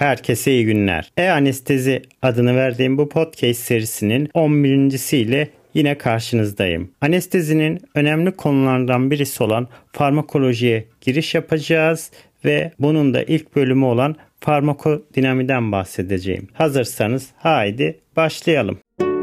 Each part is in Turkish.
Herkese iyi günler. E-Anestezi adını verdiğim bu podcast serisinin 11.siyle yine karşınızdayım. Anestezinin önemli konularından birisi olan farmakolojiye giriş yapacağız ve bunun da ilk bölümü olan farmakodinamiden bahsedeceğim. Hazırsanız haydi başlayalım.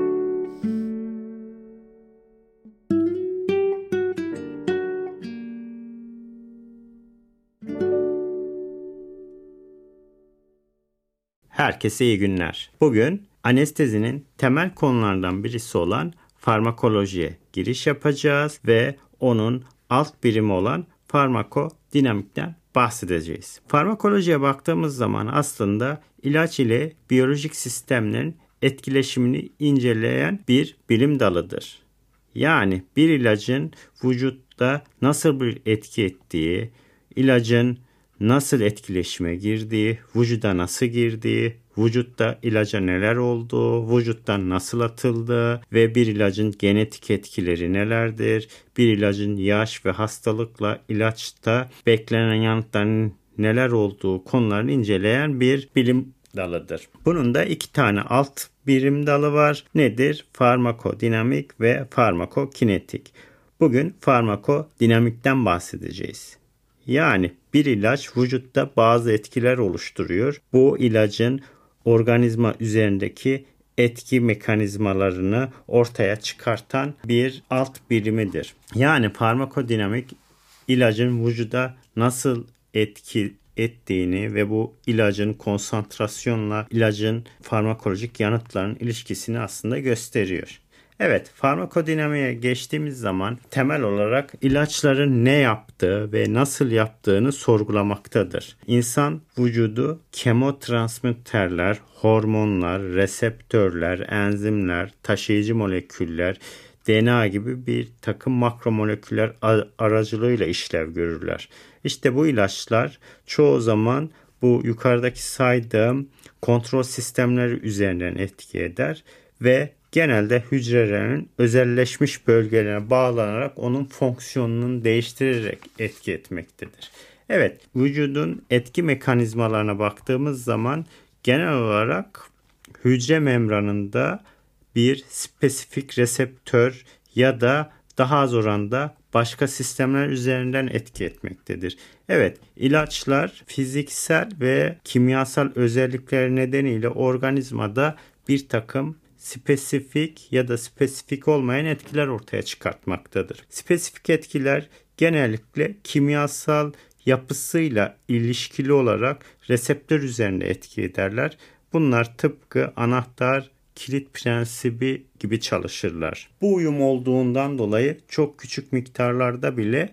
Herkese iyi günler. Bugün anestezinin temel konularından birisi olan farmakolojiye giriş yapacağız ve onun alt birimi olan farmakodinamikten bahsedeceğiz. Farmakolojiye baktığımız zaman aslında ilaç ile biyolojik sistemlerin etkileşimini inceleyen bir bilim dalıdır. Yani bir ilacın vücutta nasıl bir etki ettiği, ilacın nasıl etkileşime girdiği, vücuda nasıl girdiği, vücutta ilaca neler olduğu, vücuttan nasıl atıldığı ve bir ilacın genetik etkileri nelerdir, bir ilacın yaş ve hastalıkla ilaçta beklenen yanıtların neler olduğu konularını inceleyen bir bilim dalıdır. Bunun da iki tane alt birim dalı var. Nedir? Farmakodinamik ve farmakokinetik. Bugün farmakodinamikten bahsedeceğiz. Yani bir ilaç vücutta bazı etkiler oluşturuyor. Bu ilacın organizma üzerindeki etki mekanizmalarını ortaya çıkartan bir alt birimidir. Yani farmakodinamik ilacın vücuda nasıl etki ettiğini ve bu ilacın konsantrasyonla ilacın farmakolojik yanıtların ilişkisini aslında gösteriyor. Evet, farmakodinamiğe geçtiğimiz zaman temel olarak ilaçların ne yaptığı ve nasıl yaptığını sorgulamaktadır. İnsan vücudu kemotransmitterler, hormonlar, reseptörler, enzimler, taşıyıcı moleküller, DNA gibi bir takım makromoleküller aracılığıyla işlev görürler. İşte bu ilaçlar çoğu zaman bu yukarıdaki saydığım kontrol sistemleri üzerinden etki eder ve genelde hücrelerin özelleşmiş bölgelerine bağlanarak onun fonksiyonunu değiştirerek etki etmektedir. Evet, vücudun etki mekanizmalarına baktığımız zaman genel olarak hücre membranında bir spesifik reseptör ya da daha az oranda başka sistemler üzerinden etki etmektedir. Evet, ilaçlar fiziksel ve kimyasal özellikleri nedeniyle organizmada bir takım spesifik ya da spesifik olmayan etkiler ortaya çıkartmaktadır. Spesifik etkiler genellikle kimyasal yapısıyla ilişkili olarak reseptör üzerinde etki ederler. Bunlar tıpkı anahtar kilit prensibi gibi çalışırlar. Bu uyum olduğundan dolayı çok küçük miktarlarda bile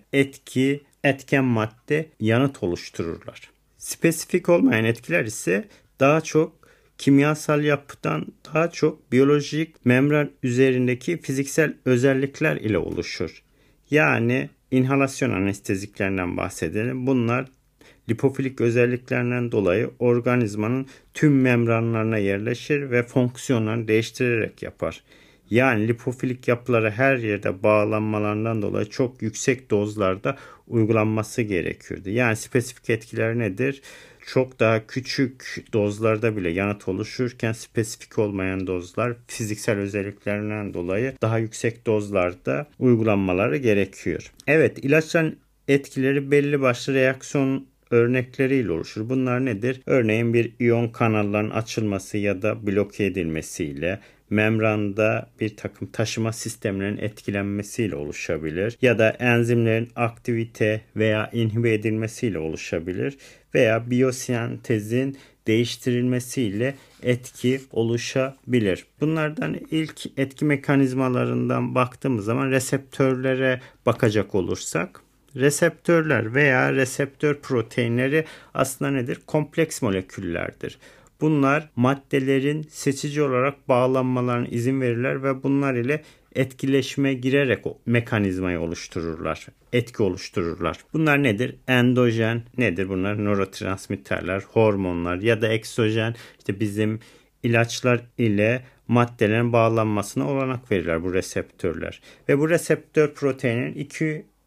etken madde yanıt oluştururlar. Spesifik olmayan etkiler ise daha çok kimyasal yapıdan daha çok biyolojik membran üzerindeki fiziksel özellikler ile oluşur. Yani inhalasyon anesteziklerinden bahsedelim. Bunlar lipofilik özelliklerinden dolayı organizmanın tüm membranlarına yerleşir ve fonksiyonlarını değiştirerek yapar. Yani lipofilik yapılara her yerde bağlanmalarından dolayı çok yüksek dozlarda uygulanması gerekiyordu. Yani spesifik etkiler nedir? Çok daha küçük dozlarda bile yanıt oluşurken spesifik olmayan dozlar fiziksel özelliklerinden dolayı daha yüksek dozlarda uygulanmaları gerekiyor. Evet, ilaçların etkileri belli başlı reaksiyon örnekleriyle oluşur. Bunlar nedir? Örneğin bir iyon kanalların açılması ya da bloke edilmesiyle, membranda bir takım taşıma sistemlerinin etkilenmesiyle oluşabilir ya da enzimlerin aktivite veya inhibe edilmesiyle oluşabilir veya biyosentezin değiştirilmesiyle etki oluşabilir. Bunlardan ilk etki mekanizmalarından baktığımız zaman reseptörlere bakacak olursak, reseptörler veya reseptör proteinleri aslında nedir? Kompleks moleküllerdir. Bunlar maddelerin seçici olarak bağlanmalarına izin verirler ve bunlar ile etkileşime girerek o mekanizmayı oluştururlar. Etki oluştururlar. Bunlar nedir? Endojen nedir? Bunlar nörotransmitterler, hormonlar ya da eksojen işte bizim ilaçlar ile maddelerin bağlanmasına olanak verirler bu reseptörler. Ve bu reseptör proteinin iki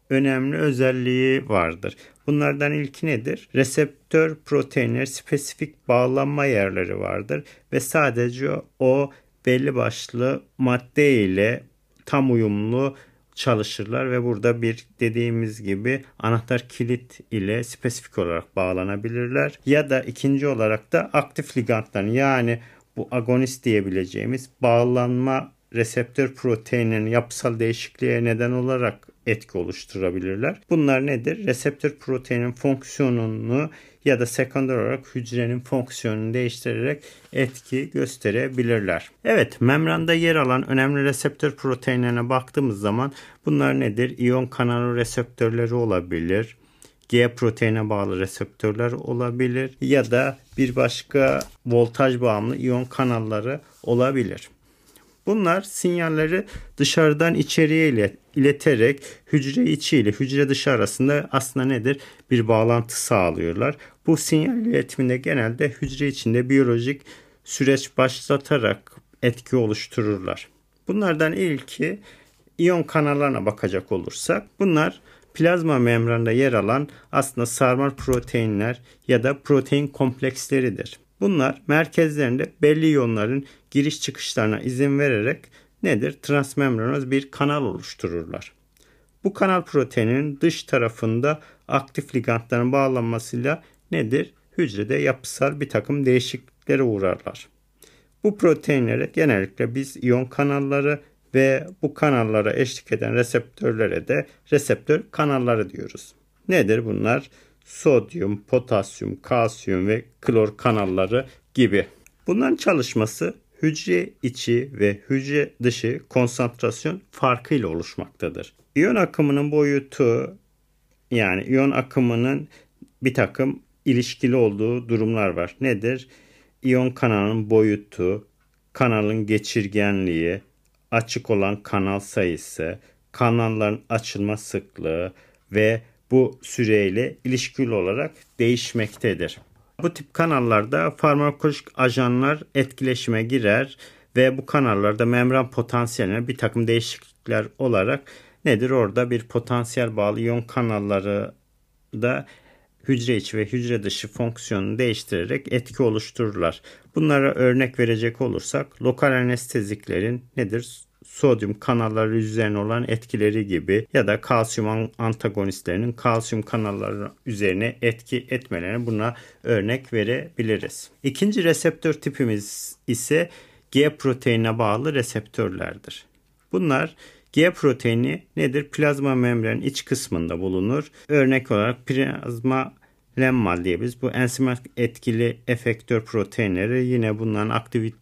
önemli özelliği vardır. Bunlardan ilki nedir? Reseptör proteinler spesifik bağlanma yerleri vardır ve sadece o belli başlı madde ile tam uyumlu çalışırlar ve burada bir dediğimiz gibi anahtar kilit ile spesifik olarak bağlanabilirler. Ya da ikinci olarak da aktif ligandların, yani bu agonist diyebileceğimiz bağlanma reseptör proteininin yapısal değişikliğe neden olarak etki oluşturabilirler. Bunlar nedir? Reseptör proteinin fonksiyonunu ya da sekonder olarak hücrenin fonksiyonunu değiştirerek etki gösterebilirler. Evet, membranda yer alan önemli reseptör proteinlerine baktığımız zaman bunlar nedir? İyon kanalı reseptörleri olabilir. G proteine bağlı reseptörler olabilir ya da bir başka voltaj bağımlı iyon kanalları olabilir. Bunlar sinyalleri dışarıdan içeriye ileterek hücre içi ile hücre dışı arasında aslında nedir? Bir bağlantı sağlıyorlar. Bu sinyal iletiminde genelde hücre içinde biyolojik süreç başlatarak etki oluştururlar. Bunlardan ilki iyon kanallarına bakacak olursak, bunlar plazma membranında yer alan aslında sarmal proteinler ya da protein kompleksleridir. Bunlar merkezlerinde belli iyonların giriş çıkışlarına izin vererek nedir? Transmembranoz bir kanal oluştururlar. Bu kanal proteininin dış tarafında aktif ligandların bağlanmasıyla nedir? Hücrede yapısal bir takım değişikliklere uğrarlar. Bu proteinlere genellikle biz iyon kanalları ve bu kanallara eşlik eden reseptörlere de reseptör kanalları diyoruz. Nedir bunlar? Sodyum, potasyum, kalsiyum ve klor kanalları gibi. Bunların çalışması hücre içi ve hücre dışı konsantrasyon farkı ile oluşmaktadır. İyon akımının boyutu, yani iyon akımının bir takım ilişkili olduğu durumlar var. Nedir? İyon kanalının boyutu, kanalın geçirgenliği, açık olan kanal sayısı, kanalların açılma sıklığı ve bu süreyle ilişkili olarak değişmektedir. Bu tip kanallarda farmakolojik ajanlar etkileşime girer ve bu kanallarda membran potansiyeline bir takım değişiklikler olarak nedir? Orada bir potansiyel bağlı iyon kanalları da hücre içi ve hücre dışı fonksiyonunu değiştirerek etki oluştururlar. Bunlara örnek verecek olursak lokal anesteziklerin nedir? Sodyum kanalları üzerine olan etkileri gibi ya da kalsiyum antagonistlerinin kalsiyum kanalları üzerine etki etmelerine buna örnek verebiliriz. İkinci reseptör tipimiz ise G proteinine bağlı reseptörlerdir. Bunlar G proteini nedir? Plazma membranın iç kısmında bulunur. Örnek olarak plazma lemma diyebiliriz. Bu enzimatik etkili efektör proteinleri yine bunların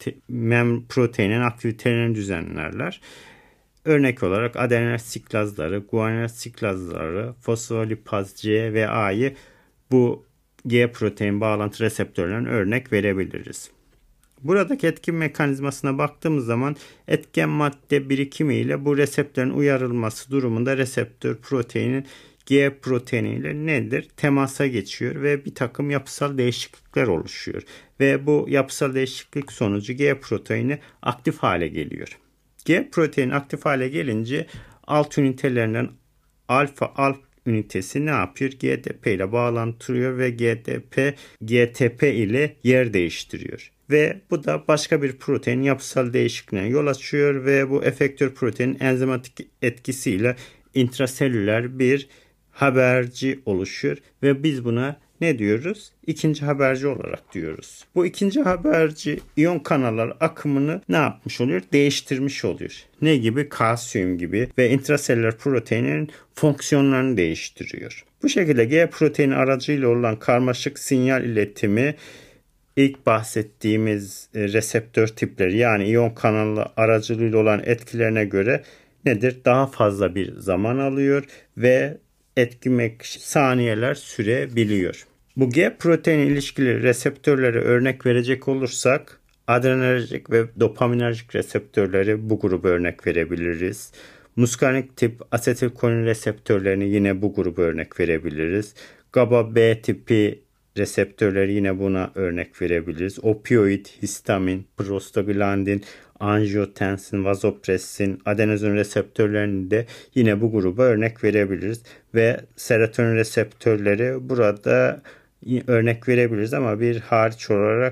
proteinin aktivitelerini düzenlerler. Örnek olarak adenylat siklazları, guanylat siklazları, fosfolipaz C ve A'yı bu G protein bağlantı reseptörlerine örnek verebiliriz. Buradaki etkin mekanizmasına baktığımız zaman etken madde birikimi ile bu reseptörün uyarılması durumunda reseptör proteinin G proteiniyle nedir? Temasa geçiyor ve bir takım yapısal değişiklikler oluşuyor. Ve bu yapısal değişiklik sonucu G proteini aktif hale geliyor. G proteini aktif hale gelince alt ünitelerinden alfa ünitesi ne yapıyor? GDP ile bağlantılıyor ve GTP ile yer değiştiriyor. Ve bu da başka bir protein yapısal değişikliğine yol açıyor ve bu efektör proteinin enzimatik etkisiyle intraselüler bir haberci oluşuyor ve biz buna ne diyoruz? İkinci haberci olarak diyoruz. Bu ikinci haberci iyon kanalları akımını ne yapmış oluyor? Değiştirmiş oluyor. Ne gibi? Kalsiyum gibi ve intraselüler proteinin fonksiyonlarını değiştiriyor. Bu şekilde G proteini aracıyla olan karmaşık sinyal iletimi İlk bahsettiğimiz reseptör tipleri, yani iyon kanalı aracılığıyla olan etkilerine göre nedir? Daha fazla bir zaman alıyor ve etkimek saniyeler sürebiliyor. Bu G protein ilişkili reseptörlere örnek verecek olursak adrenerjik ve dopaminerjik reseptörleri bu gruba örnek verebiliriz. Muskanik tip asetilkolin reseptörlerini yine bu gruba örnek verebiliriz. GABA B tipi reseptörleri yine buna örnek verebiliriz. Opioid, histamin, prostaglandin, angiotensin, vazopressin, adenozin reseptörlerini de yine bu gruba örnek verebiliriz. Ve serotonin reseptörleri burada örnek verebiliriz ama bir hariç olarak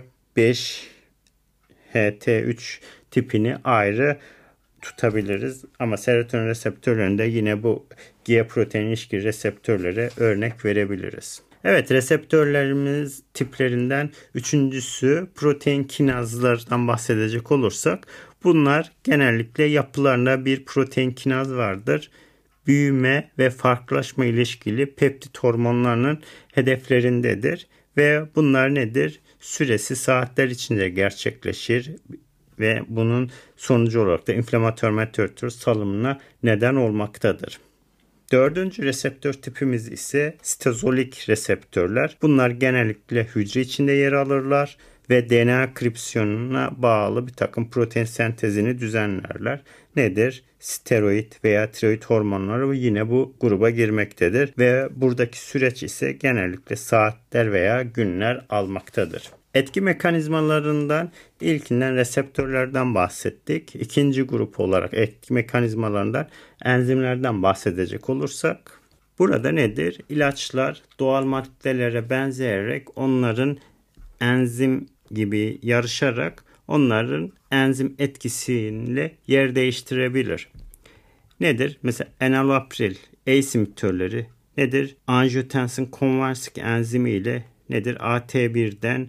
5-HT3 tipini ayrı tutabiliriz. Ama serotonin reseptörlerinde yine bu G protein ilişki reseptörlere örnek verebiliriz. Evet, reseptörlerimiz tiplerinden üçüncüsü protein kinazlardan bahsedecek olursak bunlar genellikle yapılarında bir protein kinaz vardır. Büyüme ve farklılaşma ilişkili peptit hormonlarının hedeflerindedir. Ve bunlar nedir? Süresi saatler içinde gerçekleşir ve bunun sonucu olarak da inflamatör mediatör salımına neden olmaktadır. Dördüncü reseptör tipimiz ise sitozolik reseptörler. Bunlar genellikle hücre içinde yer alırlar ve DNA kripsiyonuna bağlı bir takım protein sentezini düzenlerler. Nedir? Steroid veya tiroid hormonları yine bu gruba girmektedir ve buradaki süreç ise genellikle saatler veya günler almaktadır. Etki mekanizmalarından ilkinden reseptörlerden bahsettik. İkinci grup olarak etki mekanizmalarından enzimlerden bahsedecek olursak burada nedir? İlaçlar doğal maddelere benzeyerek onların enzim gibi yarışarak onların enzim etkisiyle yer değiştirebilir. Nedir? Mesela enalapril ACE inhibitörleri nedir? Angiotensin konversik enzimi ile nedir? AT1'den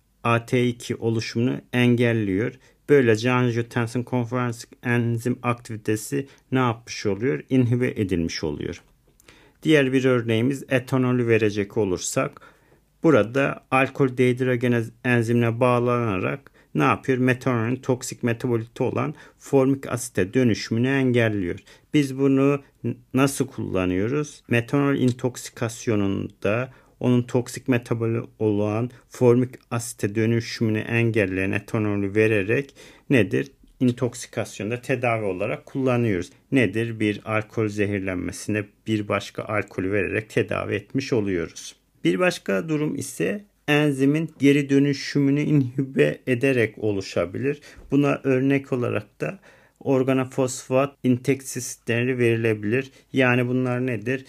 AT2 oluşumunu engelliyor. Böylece angiotensin konversik enzim aktivitesi ne yapmış oluyor? İnhibe edilmiş oluyor. Diğer bir örneğimiz etanolü verecek olursak burada alkol dehidrogenaz enzimine bağlanarak ne yapıyor? Metanolün toksik metaboliti olan formik asite dönüşümünü engelliyor. Biz bunu nasıl kullanıyoruz? Metanol intoksikasyonunda onun toksik metaboli olan formik asite dönüşümünü engelleyen etanolü vererek nedir? İntoksikasyonda tedavi olarak kullanıyoruz. Nedir? Bir alkol zehirlenmesine bir başka alkolü vererek tedavi etmiş oluyoruz. Bir başka durum ise enzimin geri dönüşümünü inhibe ederek oluşabilir. Buna örnek olarak da organofosfat indeksisleri verilebilir. Yani bunlar nedir?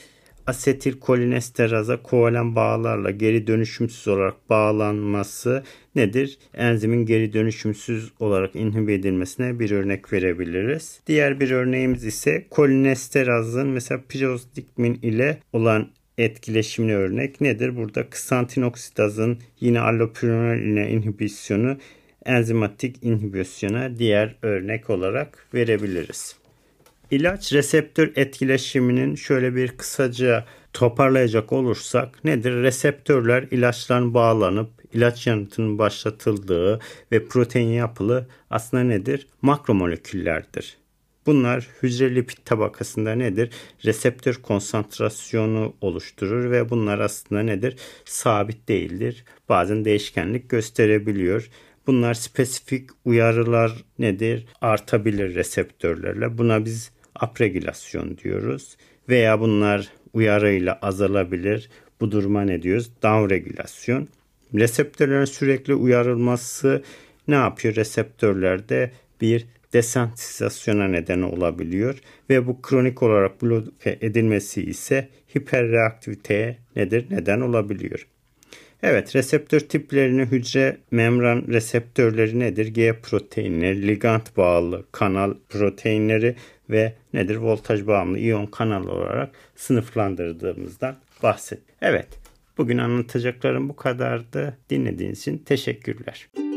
Asetilkolinesteraza kovalent bağlarla geri dönüşümsüz olarak bağlanması nedir? Enzimin geri dönüşümsüz olarak inhibe edilmesine bir örnek verebiliriz. Diğer bir örneğimiz ise kolinesterazın mesela pirozidikmin ile olan etkileşimine örnek nedir? Burada ksantinoksidazın yine allopurinol ile inhibisyonu enzimatik inhibisyona diğer örnek olarak verebiliriz. İlaç reseptör etkileşiminin şöyle bir kısaca toparlayacak olursak nedir? Reseptörler ilaçların bağlanıp ilaç yanıtının başlatıldığı ve protein yapılı aslında nedir? Makromoleküllerdir. Bunlar hücre lipid tabakasında nedir? Reseptör konsantrasyonu oluşturur ve bunlar aslında nedir? Sabit değildir. Bazen değişkenlik gösterebiliyor. Bunlar spesifik uyarılar nedir? Artabilir reseptörlerle. Buna biz upregülasyon diyoruz. Veya bunlar uyarıyla azalabilir. Bu duruma ne diyoruz? Downregülasyon. Reseptörlerin sürekli uyarılması ne yapıyor? Reseptörlerde bir desensitizasyona neden olabiliyor ve bu kronik olarak bloke edilmesi ise hiperreaktiviteye nedir? Neden olabiliyor. Evet, reseptör tiplerini hücre membran reseptörleri nedir? G proteinleri, ligand bağlı kanal proteinleri ve nedir? Voltaj bağımlı iyon kanal olarak sınıflandırdığımızdan bahset. Evet, bugün anlatacaklarım bu kadardı. Dinlediğiniz için teşekkürler.